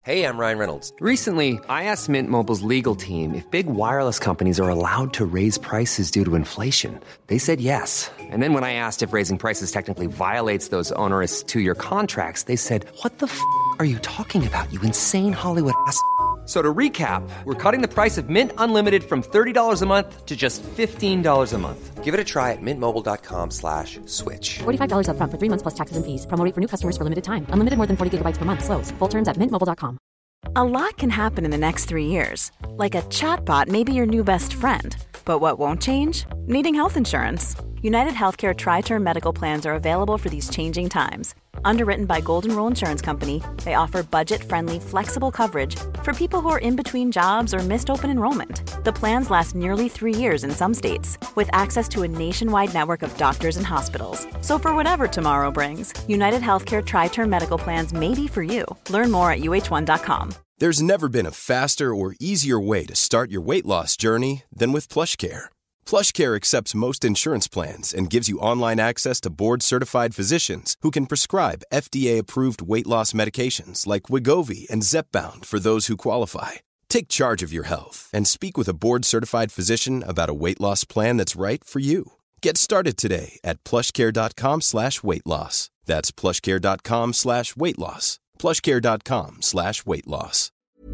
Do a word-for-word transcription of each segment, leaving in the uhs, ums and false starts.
Hey, I'm Ryan Reynolds. Recently, I asked Mint Mobile's legal team if big wireless companies are allowed to raise prices due to inflation. They said yes. And then when I asked if raising prices technically violates those onerous two-year contracts, they said, "What the f*** are you talking about, you insane Hollywood ass?" So to recap, we're cutting the price of Mint Unlimited from thirty dollars a month to just fifteen dollars a month. Give it a try at mintmobile.com slash switch. forty-five dollars up front for three months plus taxes and fees. Promo rate for new customers for limited time. Unlimited more than forty gigabytes per month. Slows full terms at mint mobile dot com. A lot can happen in the next three years. Like a chatbot may be your new best friend. But what won't change? Needing health insurance. United Healthcare Tri-Term Medical Plans are available for these changing times. Underwritten by Golden Rule Insurance Company, they offer budget-friendly, flexible coverage for people who are in between jobs or missed open enrollment. The plans last nearly three years in some states, with access to a nationwide network of doctors and hospitals. So for whatever tomorrow brings, United Healthcare Tri-Term Medical Plans may be for you. Learn more at U H one dot com. There's never been a faster or easier way to start your weight loss journey than with PlushCare. PlushCare accepts most insurance plans and gives you online access to board-certified physicians who can prescribe F D A-approved weight loss medications like Wegovy and Zepbound for those who qualify. Take charge of your health and speak with a board-certified physician about a weight loss plan that's right for you. Get started today at plushcare.com slash weight loss. That's plushcare.com slash weight loss. plushcare.com slash weight loss.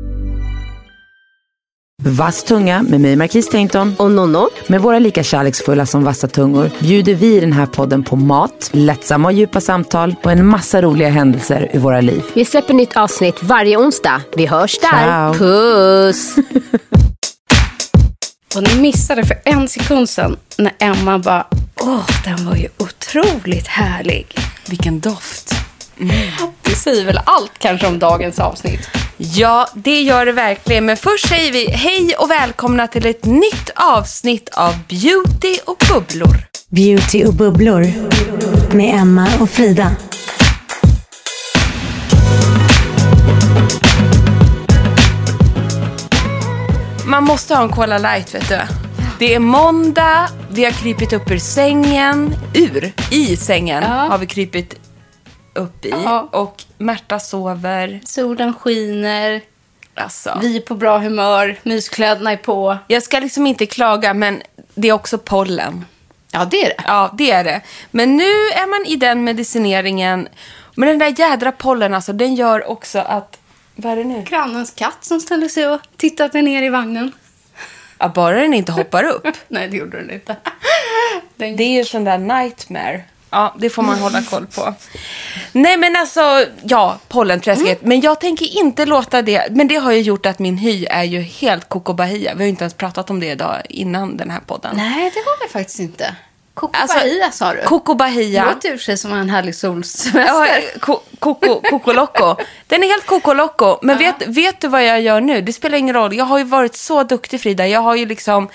Vass tunga med mig, Marquis Tainton och Nonno. Med våra lika kärleksfulla som vassa tungor bjuder vi i den här podden på mat, lättsamma och djupa samtal och en massa roliga händelser i våra liv. Vi släpper nytt avsnitt varje onsdag. Vi hörs där. Ciao. Puss! Och ni missade för en sekund sedan när Emma bara, åh, den var ju otroligt härlig. Vilken doft. Mm. Det säger väl allt kanske om dagens avsnitt. Ja, det gör det verkligen. Men först säger vi hej och välkomna till ett nytt avsnitt av Beauty och bubblor. Beauty och bubblor med Emma och Frida. Man måste ha en Cola Light, vet du. Det är måndag, vi har krypit upp ur sängen, ur, i sängen ja. har vi krypit upp i. Ja. Och Märta sover. Solen skiner. Alltså. Vi är på bra humör, myskläderna är på. Jag ska liksom inte klaga, men det är också pollen. Ja, det är det. Ja, det är det. Men nu är man i den medicineringen. Men den där jädra pollen, alltså, den gör också att... Vad är det nu? Grannens katt som ställer sig och tittar ner i vagnen. Ja, bara den inte hoppar upp. Nej, det gjorde den inte. Den... Det är ju sån där nightmare. Ja, det får man hålla koll på. Nej, men alltså, ja, pollenträsket. Mm. Men jag tänker inte låta det. Men det har ju gjort att min hy är ju helt Coco Bahia. Vi har ju inte ens pratat om det idag innan den här podden. Nej, det har vi faktiskt inte. Coco alltså, Bahia sa du? Coco Bahia. Det låter ju sig som en härlig solsemester. Ja, Coco, Coco Loco. Den är helt Coco Loco. Men uh-huh. vet, vet du vad jag gör nu? Det spelar ingen roll. Jag har ju varit så duktig, Frida. Jag har ju liksom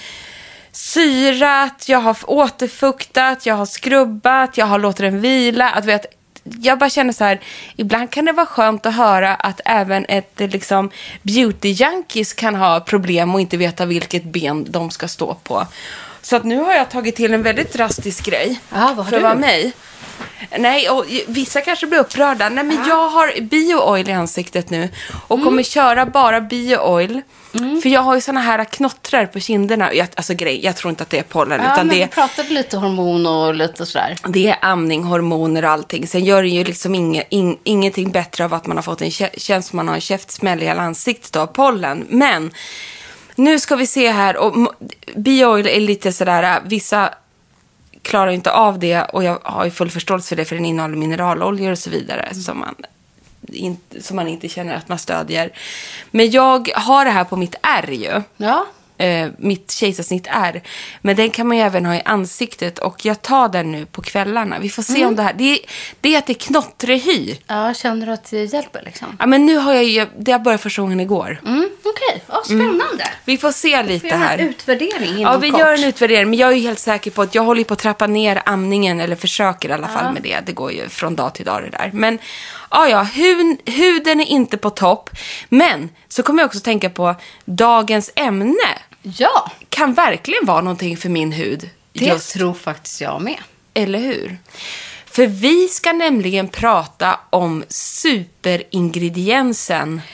syrat, jag har återfuktat, jag har skrubbat, jag har låtit den vila. Att vet, jag bara känner så här, ibland kan det vara skönt att höra att även ett liksom beauty junkies kan ha problem och inte veta vilket ben de ska stå på. Så att nu har jag tagit till en väldigt drastisk grej. Ah, vad för att vara mig. Nej, och vissa kanske blir upprörda. Nej, men ah. jag har bio-oil i ansiktet nu. Och mm. kommer köra bara bio-oil. Mm. För jag har ju såna här knottrar på kinderna. Jag, alltså grej, jag tror inte att det är pollen. Ja, utan men det vi pratade lite hormon och lite sådär. Det är amning, hormoner och allting. Sen gör det ju liksom inge, in, ingenting bättre av att man har fått en kä- känns som man har en käftsmäll i hela ansiktet av pollen. Men... Nu ska vi se här, och bio-oil är lite sådär, vissa klarar inte av det och jag har ju full förståelse för det, för den innehåller mineraloljor och så vidare mm. som, man inte, som man inte känner att man stödjer. Men jag har det här på mitt ärr ju. Ja. Eh, mitt kejsarsnitt är. Men den kan man ju även ha i ansiktet. Och jag tar den nu på kvällarna. Vi får se mm. om det här. Det är, det är att det är knotterhy. Ja, känner du att det hjälper liksom? Ja, men nu har jag ju... Det har börjat första gången igår. Mm, okej. Okay. Ja, spännande. Mm. Vi får se lite vi här. Vi en utvärdering inom Ja, vi kort. gör en utvärdering. Men jag är ju helt säker på att jag håller på att trappa ner amningen. Eller försöker i alla fall ja. med det. Det går ju från dag till dag det där. Men... Ja, ja, hud, huden är inte på topp. Men så kommer jag också tänka på dagens ämne. Ja. Kan verkligen vara någonting för min hud. Det just. tror faktiskt jag med. Eller hur? För vi ska nämligen prata om superingrediensen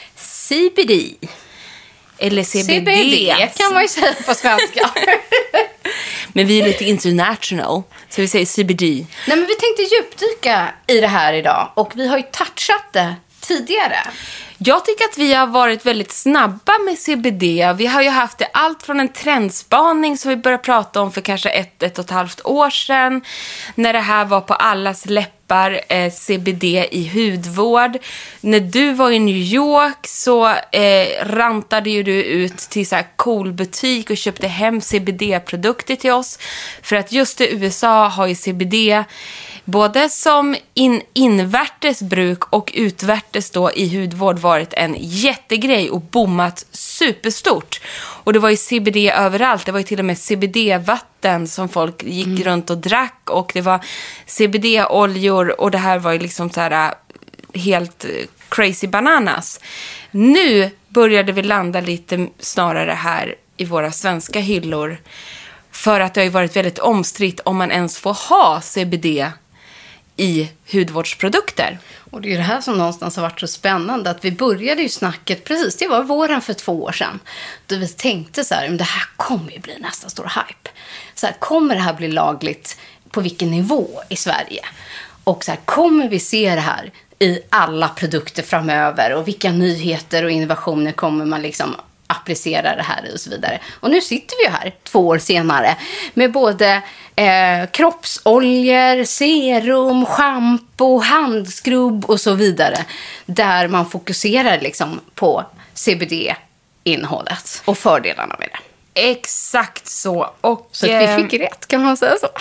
C B D. Eller C B D. C B D kan man ju säga på svenska. Men vi är lite international, så vi säger C B D. Nej, men vi tänkte djupdyka i det här idag. Och vi har ju touchat det tidigare. Jag tycker att vi har varit väldigt snabba med C B D. Vi har ju haft det allt från en trendspaning som vi började prata om för kanske ett, ett och ett halvt år sedan. När det här var på allas läppar, eh, C B D i hudvård. När du var i New York så eh, rantade ju du ut till så här cool butik och köpte hem C B D-produkter till oss. För att just i U S A har ju C B D både som in, invärtes bruk och utvärtes då i hudvård varit en jättegrej och bommat superstort. Och det var ju C B D överallt. Det var ju till och med C B D-vatten som folk gick mm. runt och drack. Och det var C B D-oljor och det här var ju liksom så här helt crazy bananas. Nu började vi landa lite snarare här i våra svenska hyllor. För att det har ju varit väldigt omstritt om man ens får ha C B D i hudvårdsprodukter. Och det är ju det här som någonstans har varit så spännande, att vi började ju snacket precis, det var våren för två år sedan, då vi tänkte så här, det här kommer ju bli nästa stora hype. Så här, kommer det här bli lagligt på vilken nivå i Sverige? Och så här, kommer vi se det här i alla produkter framöver, och vilka nyheter och innovationer kommer man liksom applicera det här i och så vidare. Och nu sitter vi ju här två år senare med både eh, kroppsoljor, serum, shampoo, handskrubb och så vidare, där man fokuserar liksom på C B D-innehållet och fördelarna med det. Exakt så. Och, så att vi fick rätt, kan man säga så?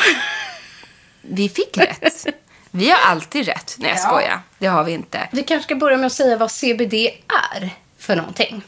Vi fick rätt. Vi har alltid rätt. Nej, jag skojar. Ja. Det har vi inte. Vi kanske ska börja med att säga vad C B D är för någonting.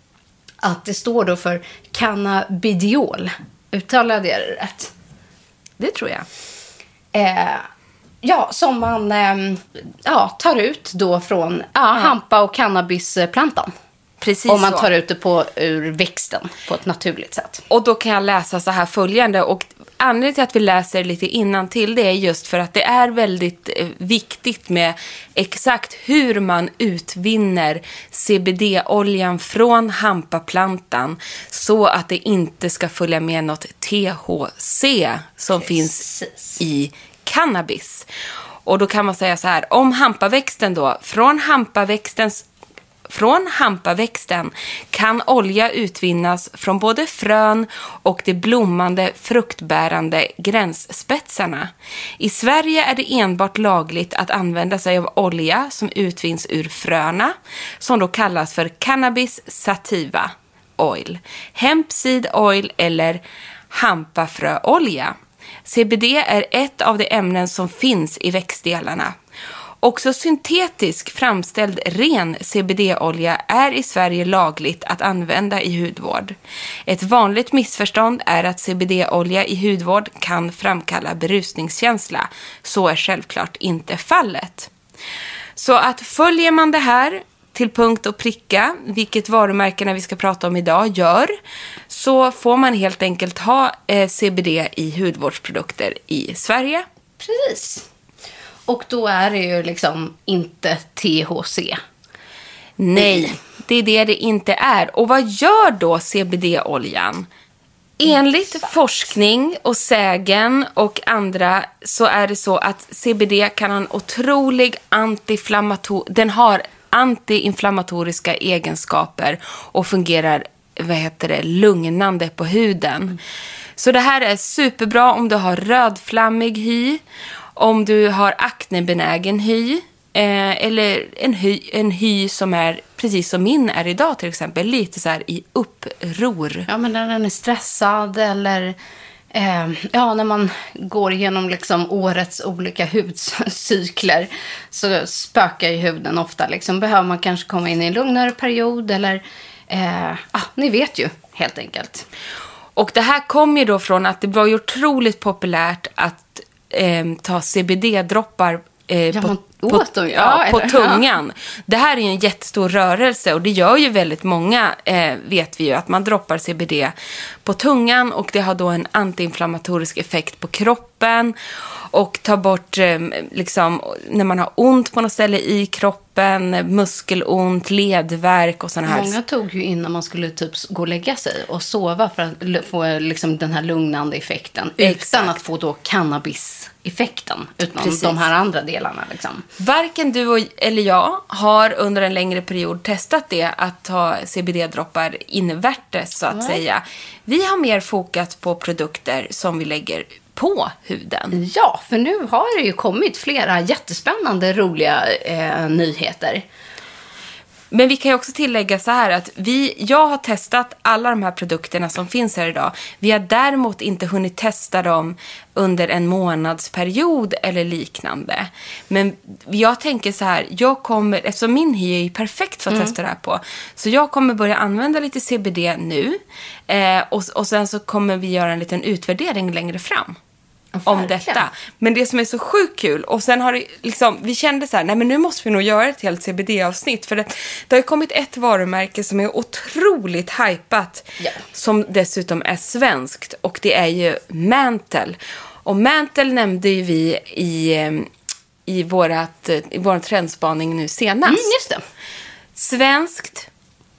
Att det står då för cannabidiol. Uttalade jag det rätt? Det tror jag. Eh, ja, som man eh, ja, tar ut då från ja, hampa- och cannabisplantan. Precis. Om man så. tar ut det på, ur växten på ett naturligt sätt. Och då kan jag läsa så här följande. Och anledningen till att vi läser lite innan till det är just för att det är väldigt eh, viktigt med exakt hur man utvinner C B D-oljan från hampaplantan, så att det inte ska följa med något T H C som Precis. finns i cannabis. Och då kan man säga så här, om hampaväxten då, från hampaväxtens Från hampaväxten kan olja utvinnas från både frön och de blommande fruktbärande gränsspetsarna. I Sverige är det enbart lagligt att använda sig av olja som utvinns ur fröna, som då kallas för cannabis sativa oil, hemp seed oil eller hampafröolja. C B D är ett av de ämnen som finns i växtdelarna. Också syntetisk framställd ren C B D-olja är i Sverige lagligt att använda i hudvård. Ett vanligt missförstånd är att C B D-olja i hudvård kan framkalla berusningskänsla. Så är självklart inte fallet. Så att följer man det här till punkt och pricka, vilket varumärkena vi ska prata om idag gör, så får man helt enkelt ha eh, C B D i hudvårdsprodukter i Sverige. Precis. Och då är det ju liksom inte T H C. Nej, det är det det inte är. Och vad gör då C B D-oljan? Enligt Exakt. forskning och sägen och andra så är det så att C B D kan ha en otrolig antiinflammator... Den har antiinflammatoriska egenskaper och fungerar, vad heter det, lugnande på huden. Mm. Så det här är superbra om du har rödflammig hy, om du har aknebenägen hy, eh, eller en hy, en hy som är precis som min är idag till exempel, lite så här i uppror. Ja, men när den är stressad eller eh, ja, när man går igenom liksom årets olika hudcykler så spökar ju huden ofta. Liksom, behöver man kanske komma in i en lugnare period eller, eh, ah, ni vet ju helt enkelt. Och det här kom ju då från att det var ju otroligt populärt att Eh, ta C B D-droppar eh, ja, på, man på, Åt dem, ja, ja, på eller? tungan. Det här är ju en jättestor rörelse och det gör ju väldigt många, eh, vet vi ju, att man droppar C B D på tungan och det har då en antiinflammatorisk effekt på kroppen och tar bort, eh, liksom, när man har ont på något ställe i kroppen, muskelont, ledvärk och sådana här. Många tog ju innan man skulle typ gå och lägga sig och sova för att få liksom den här lugnande effekten. Exakt. Utan att få då cannabis-effekten. Utan Precis. de här andra delarna liksom. Varken du och, eller jag har under en längre period testat det att ta C B D-droppar invärtes så att Nej. säga. Vi har mer fokat på produkter som vi lägger på huden. Ja, för nu har det ju kommit flera jättespännande, roliga eh, nyheter. Men vi kan ju också tillägga så här att vi, jag har testat alla de här produkterna som finns här idag. Vi har däremot inte hunnit testa dem under en månadsperiod eller liknande. Men jag tänker så här, jag kommer, eftersom min hy är ju perfekt för att Mm. testa det här på. Så jag kommer börja använda lite C B D nu. Eh, och, och sen så kommer vi göra en liten utvärdering längre fram. Om Verkligen. detta. Men det som är så sjukt kul, och sen har det liksom, vi kände så här, nej men nu måste vi nog göra ett helt C B D-avsnitt, för det, det har ju kommit ett varumärke som är otroligt hypat, Ja. som dessutom är svenskt, och det är ju Mantle. Och Mantle nämnde ju vi i, eh, i, vårat, i vår trendspaning nu senast. Mm, just det. Svenskt,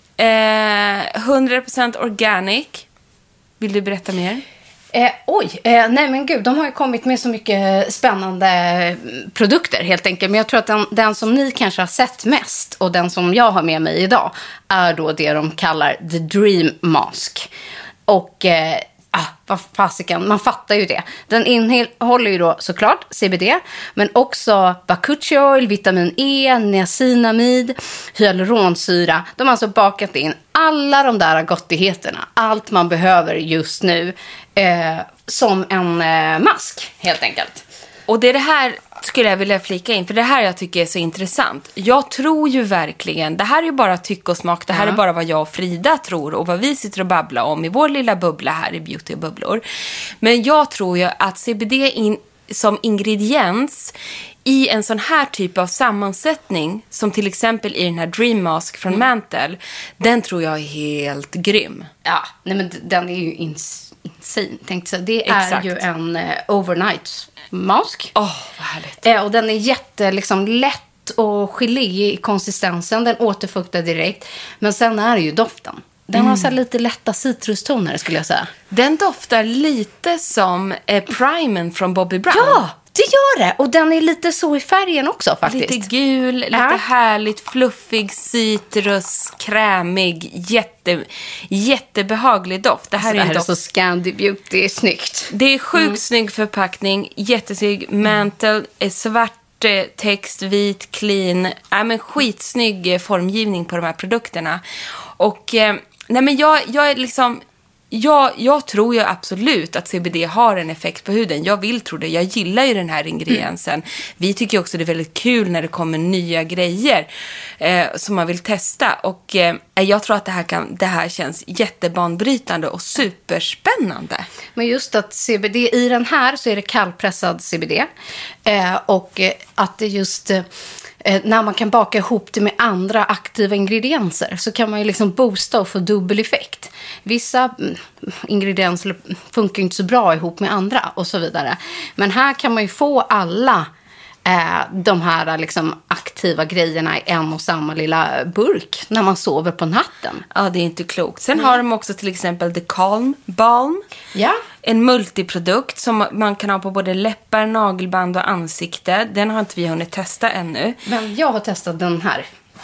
eh, hundra procent organic. Vill du berätta mer? Eh, oj, eh, nej men gud, de har ju kommit med så mycket spännande produkter helt enkelt. Men jag tror att den, den som ni kanske har sett mest och den som jag har med mig idag är då det de kallar The Dream Mask. Och eh, ah, vad fasiken, man fattar ju det. Den innehåller ju då såklart C B D, men också bakuchi oil, vitamin E, niacinamid, hyaluronsyra. De har alltså bakat in alla de där gottigheterna, allt man behöver just nu, eh, som en eh, mask helt enkelt. Och det är det här skulle jag vilja flika in, för det här jag tycker är så intressant. Jag tror ju verkligen, det här är ju bara tyck och smak, det här Ja. är bara vad jag och Frida tror och vad vi sitter och babblar om i vår lilla bubbla här i Beauty och bubblor. Men jag tror ju att C B D in, som ingrediens i en sån här typ av sammansättning, som till exempel i den här Dream Mask från Mm. Mantle, den tror jag är helt grym. Ja, nej men den är ju ins- insane. Tänkte så, det är Exakt. ju en eh, overnight mask. Åh, oh, vad härligt. Eh, och den är jätte liksom, lätt och geléig i konsistensen. Den återfuktar direkt. Men sen är det ju doften. Den har så här lite lätta citrustoner skulle jag säga. Den doftar lite som eh, primen från Bobbi Brown. Ja, det gör det. Och den är lite så i färgen också faktiskt. Lite gul, lite Ja. härligt, fluffig, citrus, krämig, jätte, jättebehaglig doft. Det här Alltså, är det en här är doft. så Scandi Beauty, snyggt. Det är sjukt snygg förpackning, jättesnygg. Mantle är svart eh, text, vit, clean. Äh, men skitsnygg eh, formgivning på de här produkterna. Och eh, nej men jag, jag är liksom... Jag, jag tror ju absolut att C B D har en effekt på huden. Jag vill tro det. Jag gillar ju den här ingrediensen. Mm. Vi tycker också det är väldigt kul när det kommer nya grejer eh, som man vill testa. Och eh, jag tror att det här, kan, det här känns jättebanbrytande och superspännande. Men just att C B D i den här så är det kallpressad C B D. Eh, och eh, att det just... Eh, när man kan baka ihop det med andra aktiva ingredienser så kan man ju liksom boosta och få dubbel effekt. Vissa mm, ingredienser funkar inte så bra ihop med andra och så vidare. Men här kan man ju få alla eh, de här liksom aktiva grejerna i en och samma lilla burk när man sover på natten. Ja, det är inte klokt. Sen har de också till exempel The Calm Balm. Ja. En multiprodukt som man kan ha på både läppar, nagelband och ansikte. Den har inte vi hunnit testa ännu. Men jag har testat den här.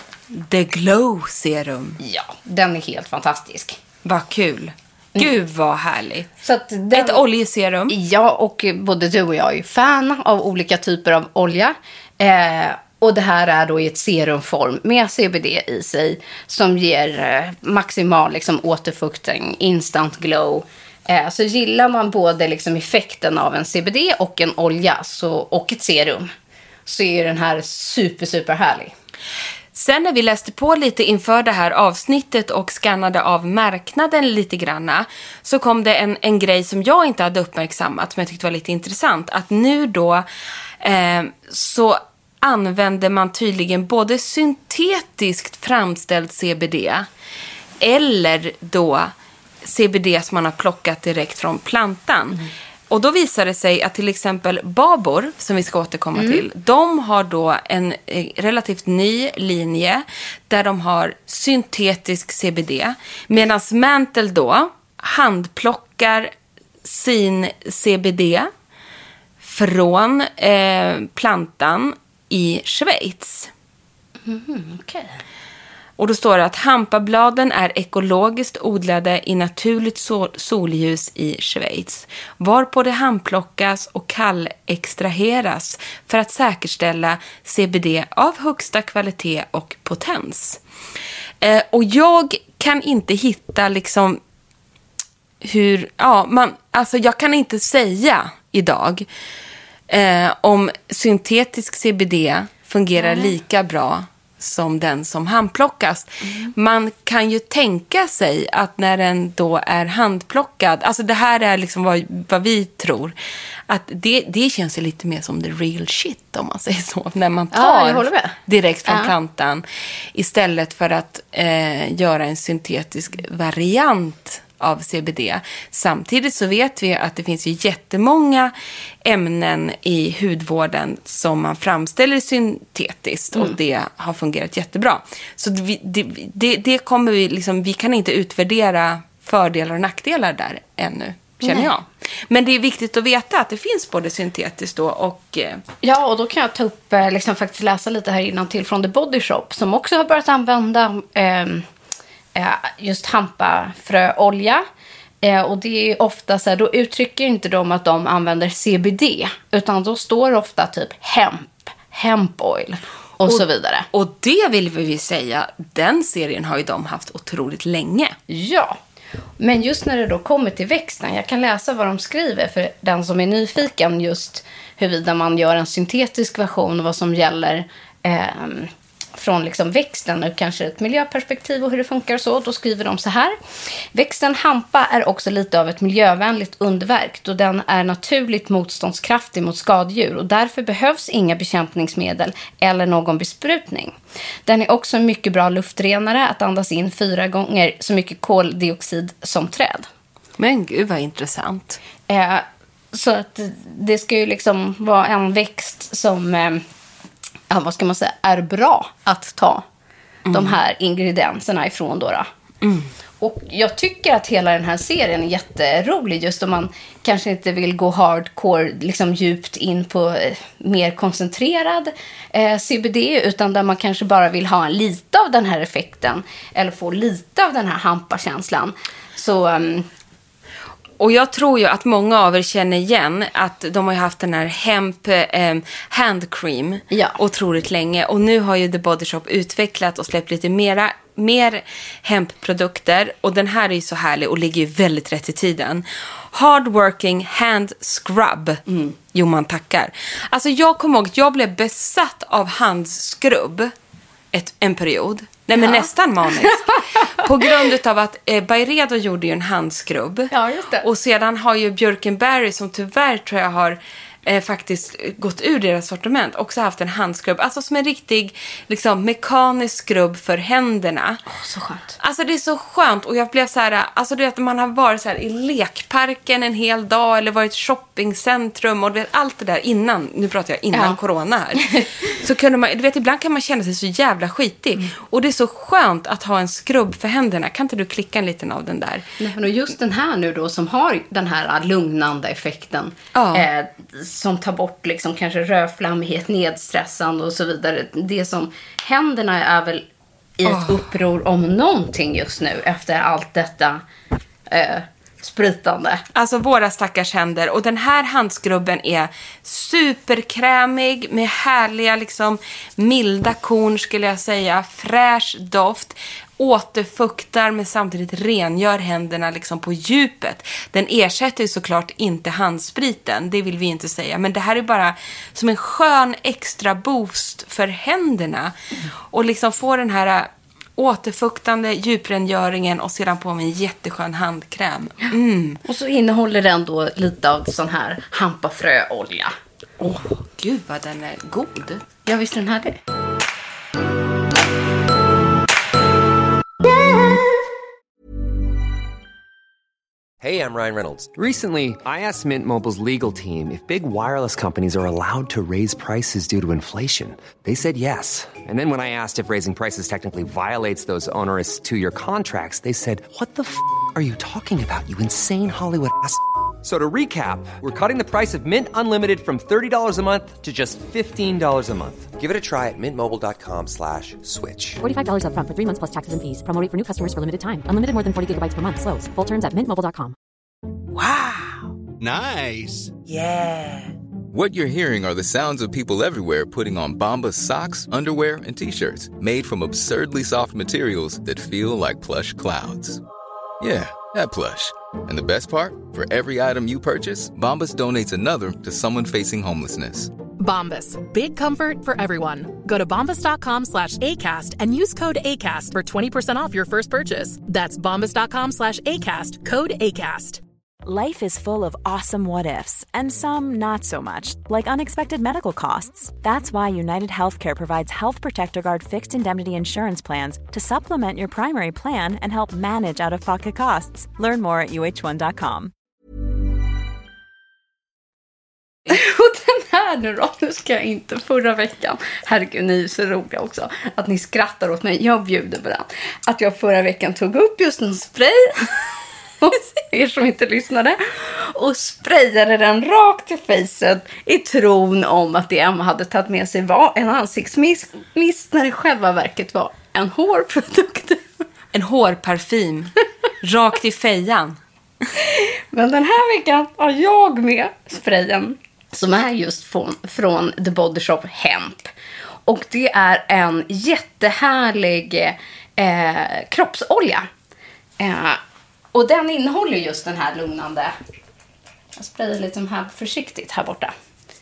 The Glow Serum. Ja, den är helt fantastisk. Vad kul. Gud vad härligt. Så att den... Ett oljeserum. Ja, och både du och jag är ju fan av olika typer av olja. Eh, och det här är då i ett serumform med C B D i sig som ger eh, maximal liksom, återfuktning, instant glow. Eh, så gillar man både liksom, effekten av en C B D och en olja så, och ett serum så är den här super, super härlig. Sen när vi läste på lite inför det här avsnittet och skannade av marknaden lite granna så kom det en, en grej som jag inte hade uppmärksammat men jag tyckte var lite intressant. Att nu då eh, så använder man tydligen både syntetiskt framställd C B D eller då C B D som man har plockat direkt från plantan. Mm. Och då visar det sig att till exempel Babor, som vi ska återkomma mm. till, de har då en relativt ny linje där de har syntetisk C B D. Medan Mantle då handplockar sin C B D från eh, plantan i Schweiz. Mm, okej. Okay. Och då står det att hampabladen är ekologiskt odlade i naturligt sol- solljus i Schweiz. Varpå det handplockas och kallextraheras för att säkerställa C B D av högsta kvalitet och potens. Eh, och jag kan inte hitta liksom hur, ja, man, alltså jag kan inte säga idag eh, om syntetisk C B D fungerar mm. lika bra som den som handplockas. Mm. Man kan ju tänka sig att när den då är handplockad, alltså det här är liksom vad, vad vi tror, att det, det känns ju lite mer som the real shit om man säger så, när man tar ja, direkt från ja. plantan istället för att eh, göra en syntetisk variant av C B D. Samtidigt så vet vi att det finns ju jättemånga ämnen i hudvården som man framställer syntetiskt mm. och det har fungerat jättebra. Så det, det, det kommer vi liksom, vi kan inte utvärdera fördelar och nackdelar där ännu, känner Nej. jag. Men det är viktigt att veta att det finns både syntetiskt då och... Eh... Ja, och då kan jag ta upp, liksom faktiskt läsa lite här innan till från The Body Shop som också har börjat använda... Eh, just hampafröolja. Och det är ofta så här, då uttrycker inte de att de använder C B D, utan då står det ofta typ hemp, hemp oil och, och så vidare. Och det vill vi säga, den serien har ju de haft otroligt länge. Ja, men just när det då kommer till växten, jag kan läsa vad de skriver för den som är nyfiken just huruvida man gör en syntetisk version och vad som gäller eh, från liksom växten och kanske ett miljöperspektiv och hur det funkar och så. Då skriver de så här. Växten hampa är också lite av ett miljövänligt underverk då den är naturligt motståndskraftig mot skadedjur och därför behövs inga bekämpningsmedel eller någon besprutning. Den är också en mycket bra luftrenare att andas in fyra gånger så mycket koldioxid som träd. Men gud vad intressant. Eh, så att det ska ju liksom vara en växt som... Eh, Ja, vad ska man säga, är bra att ta mm. de här ingredienserna ifrån då. då. Mm. Och jag tycker att hela den här serien är jätterolig just om man kanske inte vill gå hardcore liksom djupt in på eh, mer koncentrerad eh, C B D utan där man kanske bara vill ha en lite av den här effekten eller få lite av den här hampa-känslan. Så... Um, Och jag tror ju att många av er känner igen att de har ju haft den här hemp eh, handcream ja. otroligt länge. Och nu har ju The Body Shop utvecklat och släppt lite mera, mer hempprodukter. Och den här är ju så härlig och ligger ju väldigt rätt i tiden. Hardworking hand scrub. Mm. Jo, man tackar. Alltså jag kommer ihåg att jag blev besatt av handskrubb ett, en period. Nej, men ja. nästan maniskt. På grund av att eh, Byredo gjorde ju en handskrubb. Ja, just det. Och sedan har ju Björkenberry, som tyvärr tror jag har eh, faktiskt gått ur deras sortiment, också haft en handskrubb. Alltså som en riktig liksom, mekanisk skrubb för händerna. Åh, så skönt. Alltså det är så skönt. Och jag blev så här, alltså det att man har varit så här i lekparken en hel dag eller varit i shoppingcentrum och du vet, allt det där innan, nu pratar jag innan ja. corona här. Så kunde man, du vet, ibland kan man känna sig så jävla skitig. Mm. Och det är så skönt att ha en skrubb för händerna. Kan inte du klicka en liten av den där? Nej, och just den här nu då som har den här lugnande effekten. Ja. Eh, som tar bort liksom kanske rödflammighet, nedstressande och så vidare. Det som händerna är väl i ett oh. uppror om någonting just nu efter allt detta eh, spritande. Alltså våra stackars händer. Och den här handskrubben är superkrämig med härliga liksom milda korn skulle jag säga. Fräsch doft. Återfuktar men samtidigt rengör händerna liksom på djupet. Den ersätter ju såklart inte handspriten. Det vill vi inte säga. Men det här är bara som en skön extra boost för händerna. Mm. Och liksom få den här återfuktande djuprengöringen och sedan på med en jätteskön handkräm. Mm. Och så innehåller den då lite av sån här hampafröolja. Åh, Gud vad den är god. Jag visste den här det. Hey, I'm Ryan Reynolds. Recently, I asked Mint Mobile's legal team if big wireless companies are allowed to raise prices due to inflation. They said yes. And then when I asked if raising prices technically violates those onerous two-year contracts, they said, "What the f*** are you talking about, you insane Hollywood ass?" So to recap, we're cutting the price of Mint Unlimited from thirty dollars a month to just fifteen dollars a month. Give it a try at mintmobile.com slash switch. forty-five dollars up front for three months plus taxes and fees. Promo rate for new customers for limited time. Unlimited more than forty gigabytes per month. Slows full terms at mint mobile dot com. Wow. Nice. Yeah. What you're hearing are the sounds of people everywhere putting on Bombas socks, underwear, and T-shirts made from absurdly soft materials that feel like plush clouds. Yeah, that plush. And the best part? For every item you purchase, Bombas donates another to someone facing homelessness. Bombas. Big comfort for everyone. Go to bombas.com slash ACAST and use code ACAST for twenty percent off your first purchase. That's bombas.com slash ACAST. Code ACAST. Life is full of awesome what-ifs, and some not so much, like unexpected medical costs. That's why United Healthcare provides Health Protector Guard fixed indemnity insurance plans to supplement your primary plan and help manage out-of-pocket costs. Learn more at u h one dot com. Och den här nu då, nu ska jag inte förra veckan. Herregud, ni är så roliga också. Att ni skrattar åt mig, jag bjuder på den. Att jag förra veckan tog upp just en spray. Er som inte lyssnade. Och sprayade den rakt i facet i tron om att det Emma hade tagit med sig var en ansiktsmist när det själva verket var en hårprodukt. En hårparfym. Rakt i fejan. Men den här veckan har jag med sprayen som är just från, från The Body Shop Hemp. Och det är en jättehärlig eh, kroppsolja. Eh, och den innehåller just den här lugnande. Jag sprayar lite här försiktigt här borta.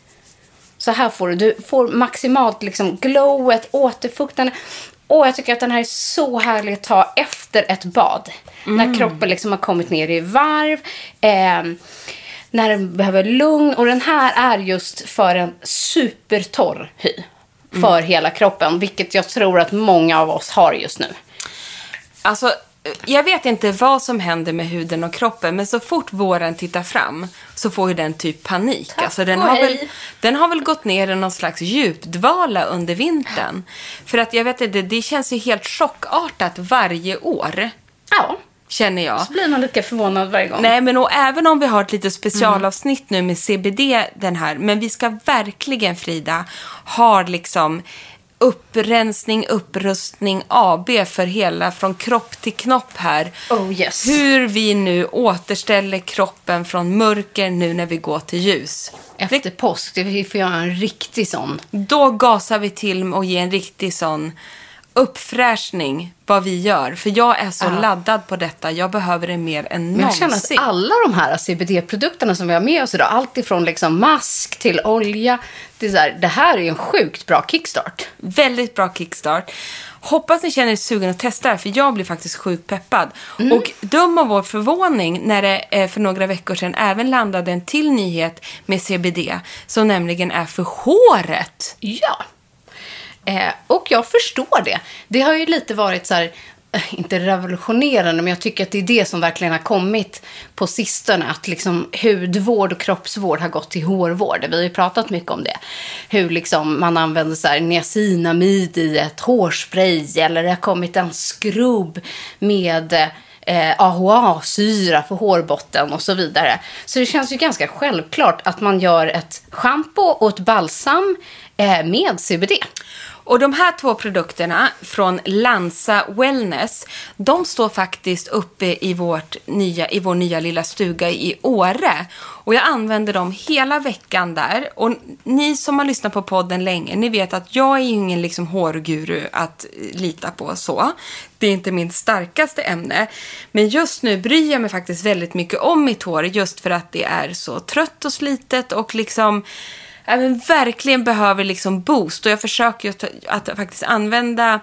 Så här får du, du får maximalt liksom glowet, återfuktande. Och jag tycker att den här är så härlig att ta efter ett bad. Mm. När kroppen liksom har kommit ner i varv. Eh, när den behöver lugn. Och den här är just för en supertorr hy. För mm. hela kroppen. Vilket jag tror att många av oss har just nu. Alltså, jag vet inte vad som händer med huden och kroppen. Men så fort våren tittar fram så får ju den typ panik. Tack, alltså, den, har väl, den har väl gått ner i någon slags djupdvala under vintern. För att jag vet inte, det känns ju helt chockartat varje år. Ja. Känner jag. Så blir man lika förvånad varje gång. Nej, men och även om vi har ett litet specialavsnitt mm. nu med C B D den här. Men vi ska verkligen, Frida, ha liksom upprensning, upprustning A B för hela från kropp till knopp här. Oh yes. Hur vi nu återställer kroppen från mörker nu när vi går till ljus. Efter det, påsk, vi får göra en riktig sån. Då gasar vi till och ger en riktig sån uppfräschning vad vi gör. För jag är så ja. laddad på detta. Jag behöver det mer än någonsin. Jag känner att alla de här C B D-produkterna som vi har med oss idag, allt ifrån liksom mask till olja, det, är så här, det här är en sjukt bra kickstart. Väldigt bra kickstart. Hoppas ni känner er sugen att testa det, för jag blir faktiskt sjukt peppad. Mm. Och döm av vår förvåning när det för några veckor sedan även landade en till nyhet med C B D som nämligen är för håret. Ja. Eh, och jag förstår det. Det har ju lite varit så här, inte revolutionerande, men jag tycker att det är det som verkligen har kommit på sistone. Att liksom hudvård och kroppsvård har gått till hårvård. Vi har ju pratat mycket om det. Hur liksom man använder så här niacinamid i ett hårspray. Eller det har kommit en skrubb med eh, A H A-syra för hårbotten och så vidare. Så det känns ju ganska självklart att man gör ett shampoo och ett balsam eh, med C B D. Och de här två produkterna från Lanza Wellness, de står faktiskt uppe i, vårt nya, i vår nya lilla stuga i Åre. Och jag använder dem hela veckan där. Och ni som har lyssnat på podden länge, ni vet att jag är ju ingen liksom hårguru att lita på så. Det är inte min starkaste ämne. Men just nu bryr jag mig faktiskt väldigt mycket om mitt hår, just för att det är så trött och slitet och liksom... Ja, men verkligen behöver liksom boost. Och jag försöker ju att, att faktiskt använda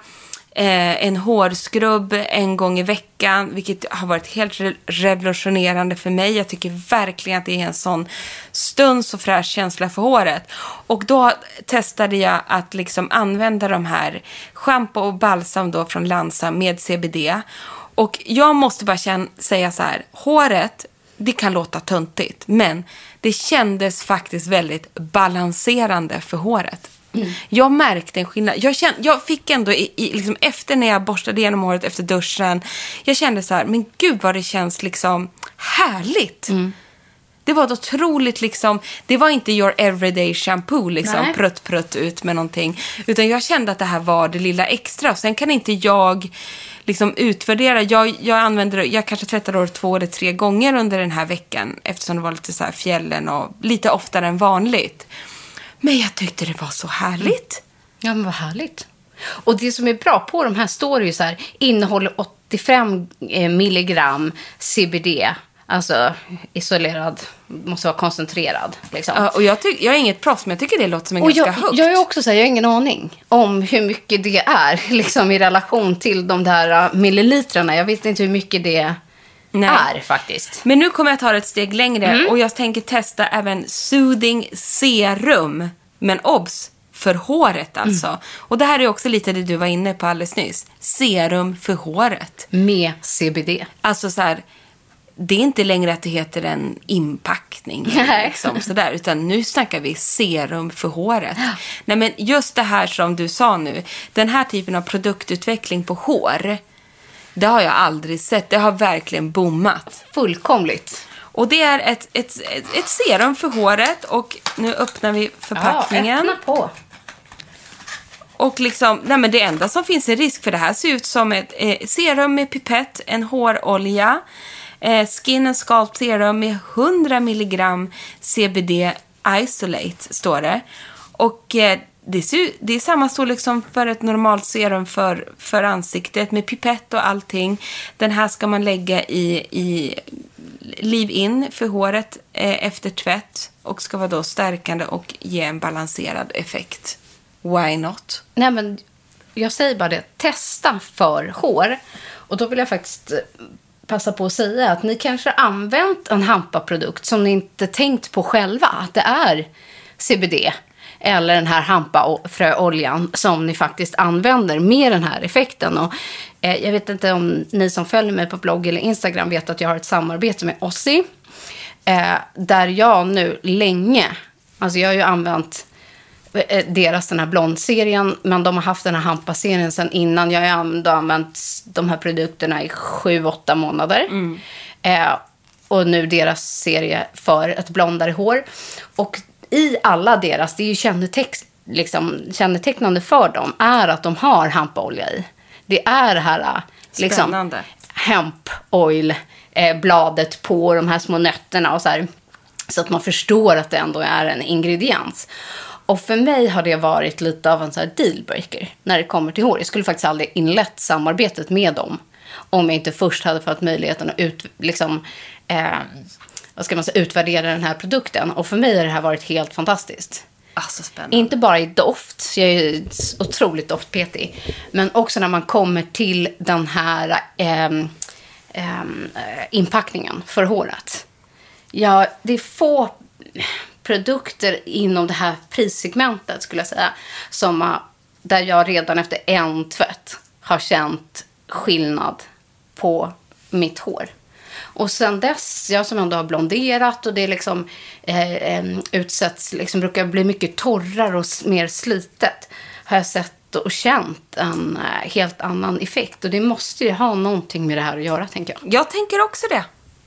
eh, en hårskrubb en gång i veckan, vilket har varit helt re- revolutionerande för mig. Jag tycker verkligen att det är en sån stuns och fräsch känsla för håret. Och då testade jag att liksom använda de här shampoo och balsam då från Lanza med C B D. Och jag måste bara känna, säga så här, håret, det kan låta töntigt, men det kändes faktiskt väldigt balanserande för håret. Mm. Jag märkte en skillnad. Jag, kände, jag fick ändå, i, i, liksom efter när jag borstade igenom håret efter duschen, jag kände så här, men gud vad det känns liksom härligt. Mm. Det var otroligt liksom, det var inte your everyday shampoo liksom, Nej. prutt prutt ut med någonting. Utan jag kände att det här var det lilla extra. Sen kan inte jag liksom utvärdera. Jag, jag använde, jag kanske tvättade håret två eller tre gånger under den här veckan. Eftersom det var lite så här fjällen och lite oftare än vanligt. Men jag tyckte det var så härligt. Ja, men vad härligt. Och det som är bra på de här står ju så här, innehåller åttiofem milligram C B D. Alltså isolerad, måste vara koncentrerad. Liksom. Ja, och jag, tyck, jag är inget proffs, men jag tycker det låter som en och ganska jag, högt. Jag är också så här, jag har ingen aning om hur mycket det är liksom, i relation till de där millilitrarna. Jag vet inte hur mycket det Nej. är faktiskt. Men nu kommer jag ta ett steg längre mm. och jag tänker testa även Soothing Serum. Men obs, för håret alltså. Mm. Och det här är också lite det du var inne på alldeles nyss. Serum för håret. Med C B D. Alltså så här, det är inte längre att det heter en inpackning liksom, sådär, utan nu snackar vi serum för håret. Ja. Nej, men just det här som du sa nu, den här typen av produktutveckling på hår, det har jag aldrig sett. Det har verkligen bommat. Fullkomligt. Och det är ett, ett, ett, ett serum för håret. Och nu öppnar vi förpackningen. Ja, öppna på. Och liksom, nej men det enda som finns är risk för det här ser ut som ett eh, serum med pipett, en hårolja, eh, Skin and Scalp Serum med hundra milligram C B D Isolate står det. Och eh, det, ser, det är samma storlek som för ett normalt serum för, för ansiktet med pipett och allting. Den här ska man lägga i, i leave-in för håret eh, efter tvätt och ska vara då stärkande och ge en balanserad effekt. Why not? Nej, men jag säger bara det. Testa för hår. Och då vill jag faktiskt passa på att säga att ni kanske har använt en hampaprodukt som ni inte tänkt på själva. Att det är C B D eller den här hampafröoljan som ni faktiskt använder med den här effekten. Och, eh, jag vet inte om ni som följer mig på blogg eller Instagram vet att jag har ett samarbete med Ossi. Eh, där jag nu länge, alltså jag har ju använt deras den här blondserien, men de har haft den här hampa-serien sedan innan. Jag har använt de här produkterna i sju, åtta månader. Mm. Eh, och nu deras serie för ett blondare hår. Och i alla deras, det är ju känneteck, liksom, kännetecknande för dem, är att de har hampaolja i. Det är det här liksom, hemp oil eh, bladet på de här små nötterna och så här, så att man förstår att det ändå är en ingrediens. Och för mig har det varit lite av en så här dealbreaker när det kommer till hår. Jag skulle faktiskt aldrig inlett samarbetet med dem om jag inte först hade fått möjligheten att ut, liksom, eh, vad ska man säga, utvärdera den här produkten. Och för mig har det här varit helt fantastiskt. Alltså spännande. Inte bara i doft, jag är ju otroligt doftpetig, men också när man kommer till den här eh, eh, inpackningen för håret. Ja, det är få produkter inom det här prissegmentet skulle jag säga som där jag redan efter en tvätt har känt skillnad på mitt hår. Och sen dess, jag som ändå har blonderat och det liksom eh, utsätts, liksom brukar bli mycket torrare och mer slitet, har jag sett och känt en eh, helt annan effekt. Och det måste ju ha någonting med det här att göra, tänker jag. Jag tänker också det.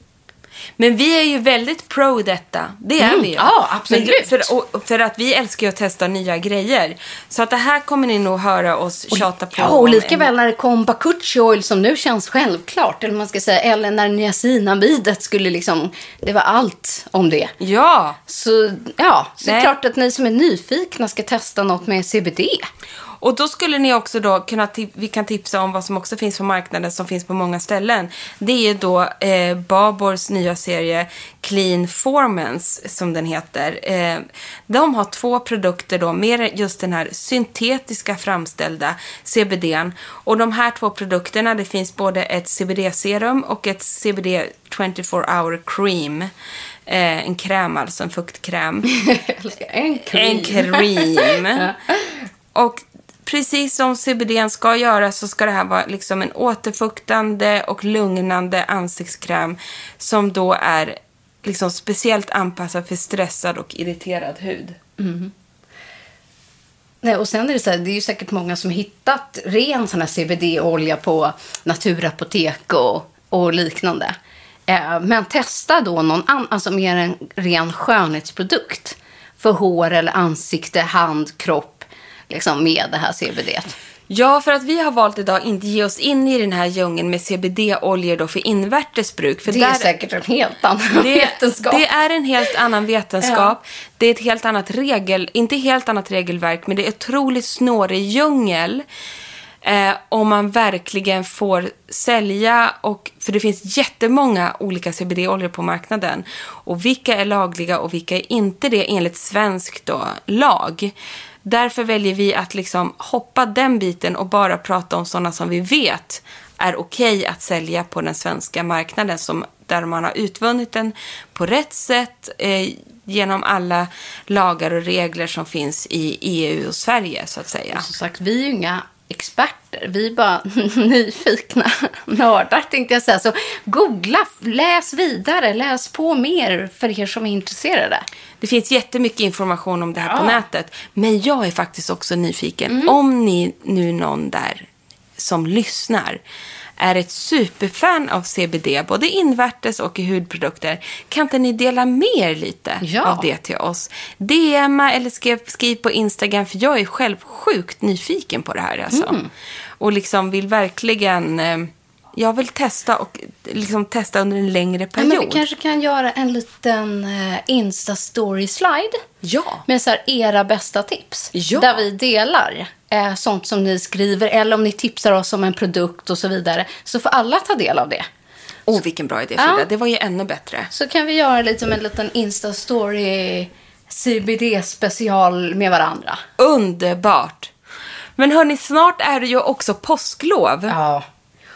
Men vi är ju väldigt pro detta. Det är mm, vi ju. Ja, absolut. Men för, och, för att vi älskar ju att testa nya grejer. Så att det här kommer ni nog höra oss tjata på. Ja, och lika en... väl när det kom Bakuchi Oil som nu känns självklart. Eller man ska säga, eller när niacinamidet skulle liksom, det var allt om det. Ja. Så ja, så det är klart att ni som är nyfikna ska testa något med C B D. Och då skulle ni också då kunna, tip- vi kan tipsa om vad som också finns på marknaden, som finns på många ställen. Det är då eh, Babors nya serie Clean Formance, som den heter. Eh, de har två produkter då, med just den här syntetiska framställda C B D:n. Och de här två produkterna, det finns både ett C B D-serum och ett C B D twenty-four hour cream. Eh, en kräm, alltså en fuktkräm. en cream. En cream. Och precis som C B D ska göra, så ska det här vara liksom en återfuktande och lugnande ansiktskräm som då är liksom speciellt anpassad för stressad och irriterad hud. Mm. Nej, och sen är det så här, det är ju säkert många som hittat ren sån här C B D-olja på naturapotek och, och liknande. Eh, men testa då någon annan, alltså mer en ren skönhetsprodukt för hår eller ansikte, hand, kropp, liksom med det här C B D. Ja, för att vi har valt idag inte ge oss in i den här djungeln med C B D-oljor då för invärtes bruk. För det där, är säkert en helt annan det, vetenskap. Det är en helt annan vetenskap. Ja. Det är ett helt annat regel, inte helt annat regelverk, men det är otroligt snårig djungel. Eh, om man verkligen får sälja, och för det finns jättemånga olika C B D-oljor på marknaden, och vilka är lagliga och vilka är inte det enligt svensk då, lag. Därför väljer vi att liksom hoppa den biten och bara prata om sådana som vi vet är okej att sälja på den svenska marknaden, som där man har utvunnit den på rätt sätt eh, genom alla lagar och regler som finns i E U och Sverige, så att säga. Och som sagt, vi är ju inga experter. Vi är bara nyfikna nördar, tänkte jag säga. Så googla, läs vidare, läs på mer för er som är intresserade. Det finns jättemycket information om det här ja. på nätet. Men jag är faktiskt också nyfiken. Mm. Om ni nu någon där som lyssnar är ett superfan av C B D, både invärtes och i hudprodukter, kan inte ni dela mer lite ja. av det till oss? D M eller skriv, skriv på Instagram, för jag är själv sjukt nyfiken på det här. Alltså. Mm. Och liksom vill verkligen... Eh, jag vill testa och liksom testa under en längre period. Ja, men vi kanske kan göra en liten eh, Insta-story-slide. Ja. Med så här era bästa tips. Ja. Där vi delar eh, sånt som ni skriver. Eller om ni tipsar oss om en produkt och så vidare. Så får alla ta del av det. Åh, oh, vilken bra idé, Frida. Ja. Det var ju ännu bättre. Så kan vi göra lite som en liten Insta-story C B D-special med varandra. Underbart. Men hörni, snart är det ju också påsklov. Ja.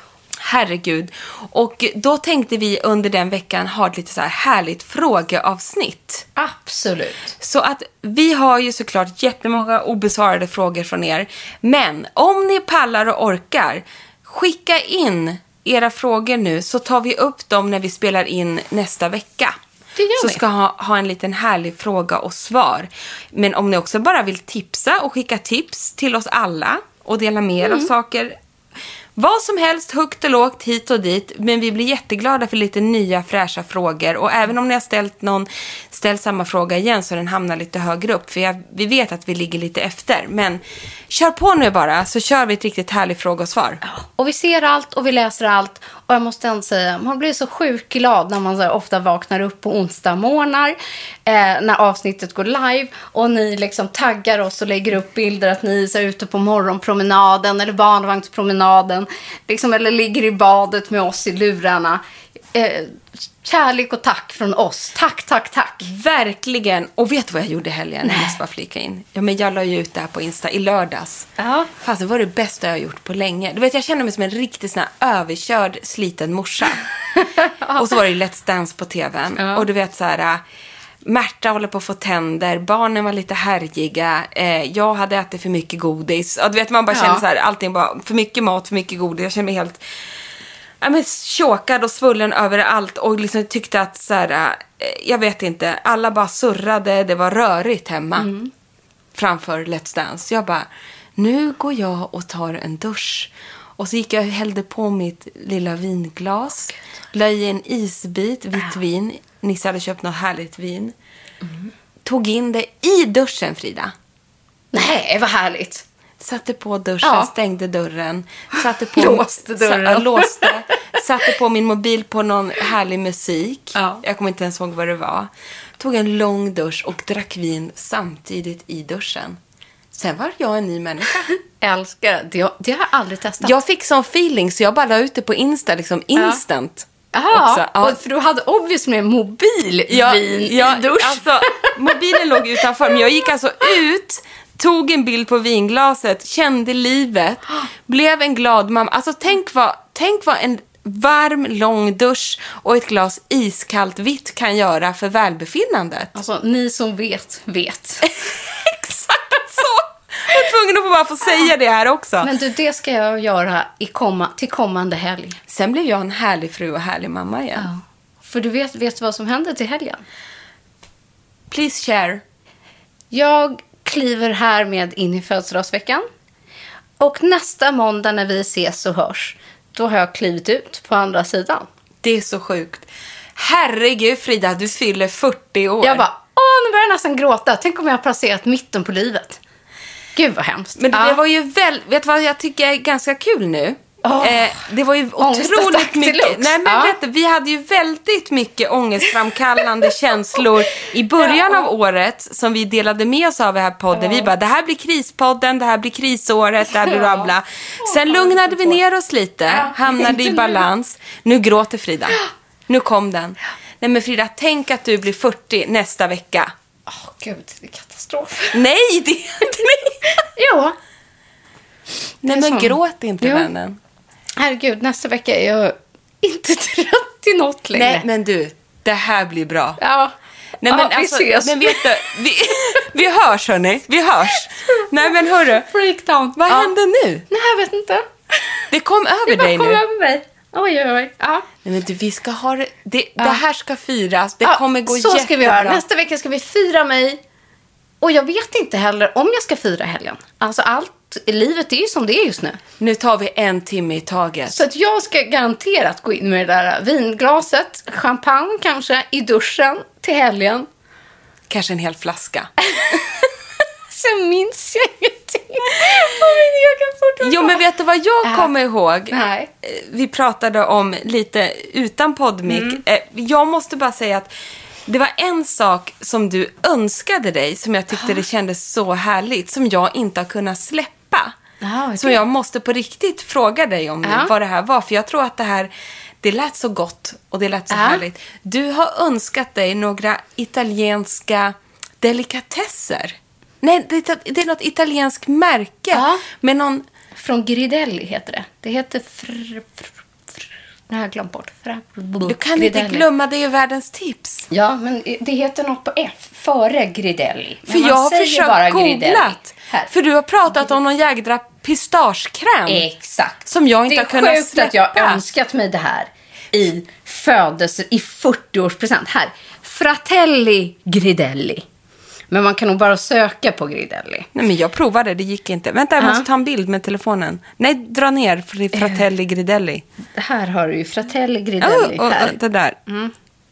Herregud. Och då tänkte vi under den veckan ha ett lite så här härligt frågeavsnitt. Absolut. Så att vi har ju såklart jättemånga obesvarade frågor från er. Men om ni pallar och orkar, skicka in era frågor nu, så tar vi upp dem när vi spelar in nästa vecka. Det gör så vi. ska ha, ha en liten härlig fråga och svar. Men om ni också bara vill tipsa och skicka tips till oss alla och dela mer mm. av saker, vad som helst, högt och lågt, hit och dit. Men vi blir jätteglada för lite nya fräscha frågor. Och även om ni har ställt någon, ställ samma fråga igen så den hamnar lite högre upp. För jag, vi vet att vi ligger lite efter. Men kör på nu bara, så kör vi ett riktigt härligt fråga och svar. Ja, och vi ser allt och vi läser allt. Och jag måste ändå säga, man blir så sjukt glad när man så här, ofta vaknar upp på onsdag morgnar. Eh, när avsnittet går live. Och ni liksom taggar oss och lägger upp bilder att ni är ute på morgonpromenaden eller barnvagnspromenaden. Liksom, eller ligger i badet med oss i lurarna. Eh, kärlek och tack från oss. Tack, tack, tack. Verkligen. Och vet du vad jag gjorde i helgen? Jag måste bara flika in. Ja, men jag la ju ut det här på Insta i lördags. Ja. Fast det var det bästa jag har gjort på länge. Du vet, jag känner mig som en riktigt sån här överkörd, sliten morsa. Och så var det Let's Dance på tvn. Ja. Och du vet så här... Märta håller på att få tänder. Barnen var lite härjiga. Eh, jag hade ätit för mycket godis. Och du vet, man bara ja. känner så här, allting bara för mycket mat, för mycket godis. Jag känner mig helt ja, men tjåkad och svullen över allt. Och liksom tyckte att så här, eh, jag vet inte, alla bara surrade. Det var rörigt hemma. Mm. Framför Let's Dance. Jag bara, nu går jag och tar en dusch. Och så gick jag och hällde på mitt lilla vinglas. La i en isbit vitt ja. vin. Nisse hade köpt något härligt vin. Mm. Tog in det i duschen, Frida. Nej, vad härligt. Satte på duschen, ja. stängde dörren. Satte på, låste dörren. Sa, låste. Satte på min mobil på någon härlig musik. Ja. Jag kommer inte ens ihåg vad det var. Tog en lång dusch och drack vin samtidigt i duschen. Sen var jag en ny människa. älskar det. det. Det har jag aldrig testat. Jag fick sån feeling så jag bara la ut det på Insta liksom instant. Jaha, ja. För du hade obviously med mobil ja, vin ja, i dusch. Alltså, mobilen låg utanför, men jag gick alltså ut, tog en bild på vinglaset, kände livet, blev en glad mamma. Alltså tänk vad, tänk vad en varm, lång dusch och ett glas iskallt vitt kan göra för välbefinnandet. Alltså, ni som vet, vet. Exakt så! Jag är tvungen att få bara få säga det här också. Men du, det ska jag göra i komma, till kommande helg. Sen blev jag en härlig fru och härlig mamma igen. Ja. För du vet, vet vad som händer till helgen? Please share. Jag kliver här med in i födelsedagsveckan. Och nästa måndag när vi ses och hörs, då har jag klivit ut på andra sidan. Det är så sjukt. Herregud Frida, du fyller fyrtio år. Jag bara, åh nu börjar jag nästan gråta. Tänk om jag har passerat mitten på livet. Gud vad hemskt. Men det ja. var ju väl, vet du vad jag tycker är ganska kul nu? Oh. Eh, det var ju otroligt mycket. Nej men ja. vet du, vi hade ju väldigt mycket ångestframkallande känslor i början ja. av året som vi delade med oss av i här podden. Ja. Vi bara, det här blir krispodden, det här blir krisåret, det här blir bla bla. Sen lugnade vi ner oss lite, ja. hamnade i balans. Nu gråter Frida. Nu kom den. Nej men Frida, tänk att du blir fyrtio nästa vecka. Åh oh, gud, det är katastrof. Nej, det är inte Jo. Nej men gråt inte, jo. vännen. Herregud, nästa vecka är jag inte trött i något längre. Nej, men du, det här blir bra. Ja, Nej, men ja, alltså, vi ses. Men vet du, vi, vi hörs hörni, vi hörs. Nej men hörru, freakdown. Vad ja. hände nu? Nej, jag vet inte. Det kom över det dig kom nu. över mig. Oj, oj, oj. Ja. Nej, men du, vi ska ha det, det, ja. det här ska firas, det ja, kommer gå så jättebra. Ska vi göra. Nästa vecka ska vi fira mig. Och jag vet inte heller om jag ska fira helgen. Alltså allt i livet är ju som det är just nu. Nu tar vi en timme i taget. Så att jag ska garanterat gå in med det där vinglaset, champagne kanske, i duschen till helgen. Kanske en hel flaska. Sen minns jag ingenting. Jag kan jo, men vet du vad jag äh. kommer ihåg? Nej. Vi pratade om lite utan poddmick. Mm. Jag måste bara säga att det var en sak som du önskade dig som jag tyckte det kändes så härligt, som jag inte har kunnat släppa. Ah, okay. Så jag måste på riktigt fråga dig om ah. vad det här var. För jag tror att det här, det lät så gott och det lät så ah. härligt. Du har önskat dig några italienska delikatesser. Nej, det är, det är något italienskt märke. Ah. Med någon... Från Gridelli heter det. Det heter... Fr, fr, fr, nej, jag har glömt bort. Fr, du kan Gridelli. Inte glömma, det är världens tips. Ja, men det heter något på F. Före Gridelli. Men för jag har försökt googlat. För du har pratat om någon jädra pistagekräm. Exakt. Som jag inte har kunnat släppa. Det är sjukt att jag har önskat mig det här i födelse, i fyrtio-årspresent. Här. Fratelli Gridelli. Men man kan nog bara söka på Gridelli. Nej, men jag provade, det gick inte. Vänta, jag uh-huh. måste ta en bild med telefonen. Nej, dra ner för Fratelli Gridelli. Det här har du ju, Fratelli Gridelli. Oh, och, här. Det där. Mm.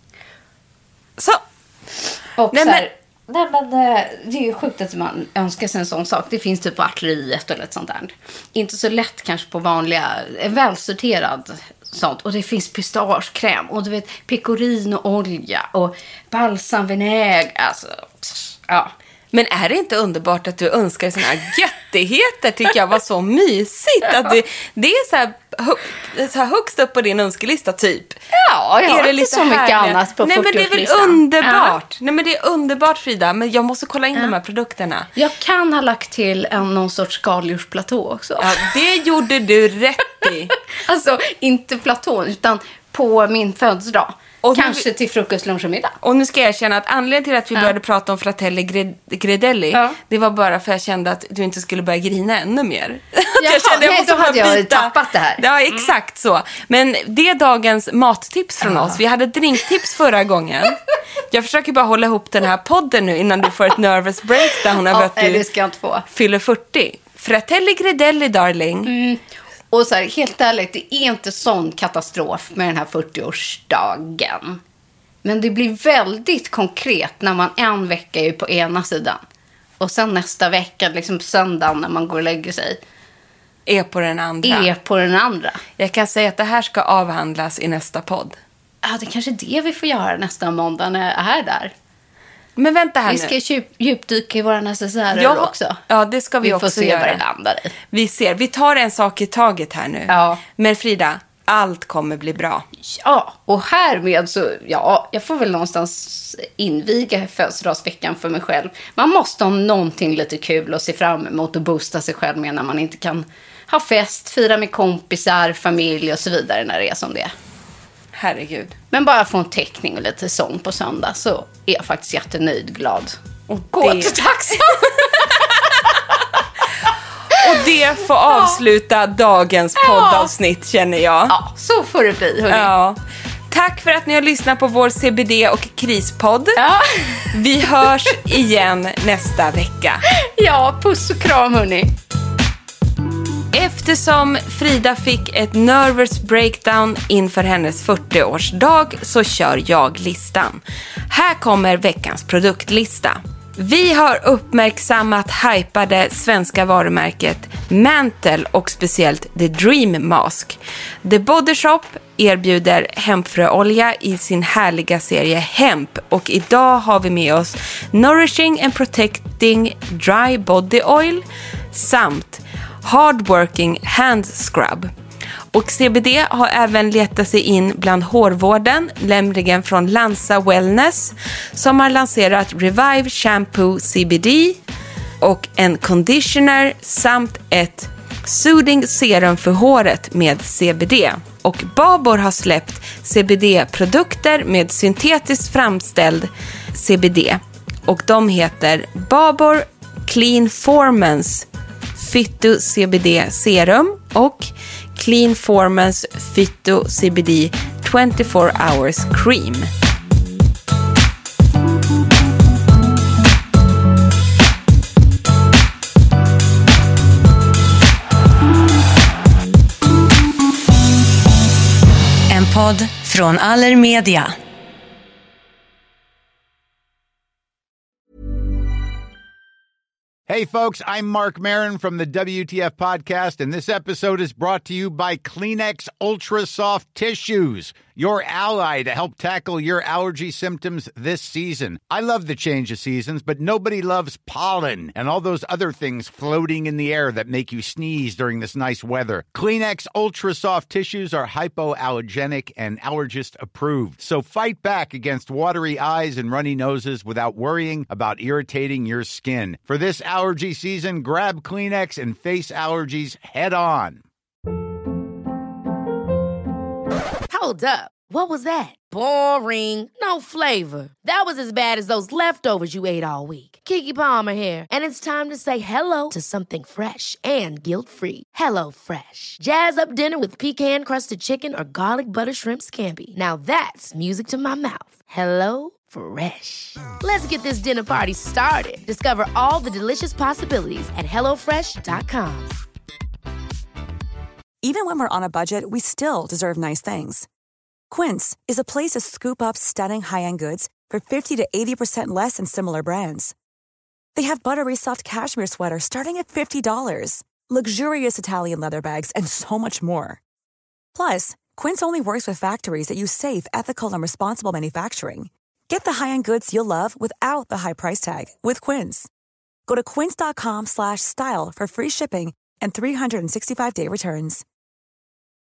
Så. Och nej, så här, men... nej, men det är ju sjukt att man önskar sig en sån sak. Det finns typ på artilleriet eller ett sånt där. Inte så lätt kanske på vanliga, välsorterad sånt. Och det finns pistagekräm och du vet pecorino-olja och balsamvinäg. Alltså, ja. Men är det inte underbart att du önskar såna här göttigheter, tycker jag var så mysigt. Att det, det är så här, så här högst upp på din önskelista typ. Ja, jag har inte lite så mycket härliga. Annat på Nej, men det är väl underbart. Ja. Nej, men det är underbart, Frida. Men jag måste kolla in ja. de här produkterna. Jag kan ha lagt till en någon sorts skaldjursplatå också. Ja, det gjorde du rätt i. Alltså, inte platå, utan på min födelsedag. Och kanske nu, till frukost, lunch och middag. Och nu ska jag erkänna att anledningen till att vi ja. började prata om Fratelli Gridelli ja. det var bara för jag kände att du inte skulle börja grina ännu mer. Jaha, jag kände, jag nej, då hade jag byta. tappat det här. Ja, exakt mm. så. Men det är dagens mattips från ja. oss. Vi hade drinktips förra gången. Jag försöker bara hålla ihop den här podden nu innan du får ett nervous breakdown över ja, att du det ska jag inte få. fyller fyrtio. Fratelli Gridelli, darling. Mm. Och så här, helt ärligt, det är inte sån katastrof med den här fyrtioårsdagen. Men det blir väldigt konkret när man en vecka är på ena sidan. Och sen nästa vecka, liksom söndagen när man går och lägger sig, är på den andra. Är på den andra. Jag kan säga att det här ska avhandlas i nästa podd. Ja, det är kanske det vi får göra nästa måndag när jag är där. Men vänta här vi nu. Vi ska djup, djupdyka i våra necessärer ja, också. Ja, det ska vi, vi också får se göra. vad det landar i. Vi ser. Vi tar en sak i taget här nu. Ja. Men Frida, allt kommer bli bra. Ja, och härmed så, ja, jag får väl någonstans inviga födelsedagsveckan för mig själv. Man måste ha någonting lite kul att se fram emot och boosta sig själv med när man inte kan ha fest, fira med kompisar, familj och så vidare när det är som det är. Herregud. Men bara få en teckning och lite sång på söndag så är jag faktiskt jättenöjd, glad och gå det... till tacksam. Och det får avsluta ja. dagens poddavsnitt, ja. känner jag. Ja, så får det bli, hörni. Ja. Tack för att ni har lyssnat på vår C B D och krispodd. Ja. Vi hörs igen nästa vecka. Ja, puss och kram, hörni. Eftersom Frida fick ett nervous breakdown inför hennes fyrtioårsdag så kör jag listan. Här kommer veckans produktlista. Vi har uppmärksammat hypade svenska varumärket Mantle och speciellt The Dream Mask. The Body Shop erbjuder hempfröolja i sin härliga serie Hemp och idag har vi med oss Nourishing and Protecting Dry Body Oil samt Hardworking Hand Scrub. Och C B D har även letat sig in bland hårvården, nämligen från Lanza Wellness som har lanserat Revive Shampoo C B D och en conditioner samt ett soothing serum för håret med C B D. Och Babor har släppt C B D-produkter med syntetiskt framställd C B D och de heter Babor Clean Formance Phyto C B D serum och Clean Formance Phyto C B D twenty-four hours cream. En podd från Allermedia. Hey folks, I'm Mark Maron from the W T F podcast, and this episode is brought to you by Kleenex Ultra Soft Tissues, your ally to help tackle your allergy symptoms this season. I love the change of seasons, but nobody loves pollen and all those other things floating in the air that make you sneeze during this nice weather. Kleenex Ultra Soft Tissues are hypoallergenic and allergist approved, so fight back against watery eyes and runny noses without worrying about irritating your skin. For this allergy season, grab Kleenex and face allergies head on. Hold up. What was that? Boring. No flavor. That was as bad as those leftovers you ate all week. Keke Palmer here, and it's time to say hello to something fresh and guilt-free. Hello Fresh. Jazz up dinner with pecan-crusted chicken or garlic butter shrimp scampi. Now that's music to my mouth. Hello Fresh. Let's get this dinner party started. Discover all the delicious possibilities at hello fresh dot com. Even when we're on a budget, we still deserve nice things. Quince is a place to scoop up stunning high-end goods for fifty to eighty percent less than similar brands. They have buttery soft cashmere sweaters starting at fifty dollars, luxurious Italian leather bags, and so much more. Plus, Quince only works with factories that use safe, ethical, and responsible manufacturing. Get the high-end goods you'll love without the high price tag with Quince. Go to quince dot com slash style for free shipping and three sixty-five day returns.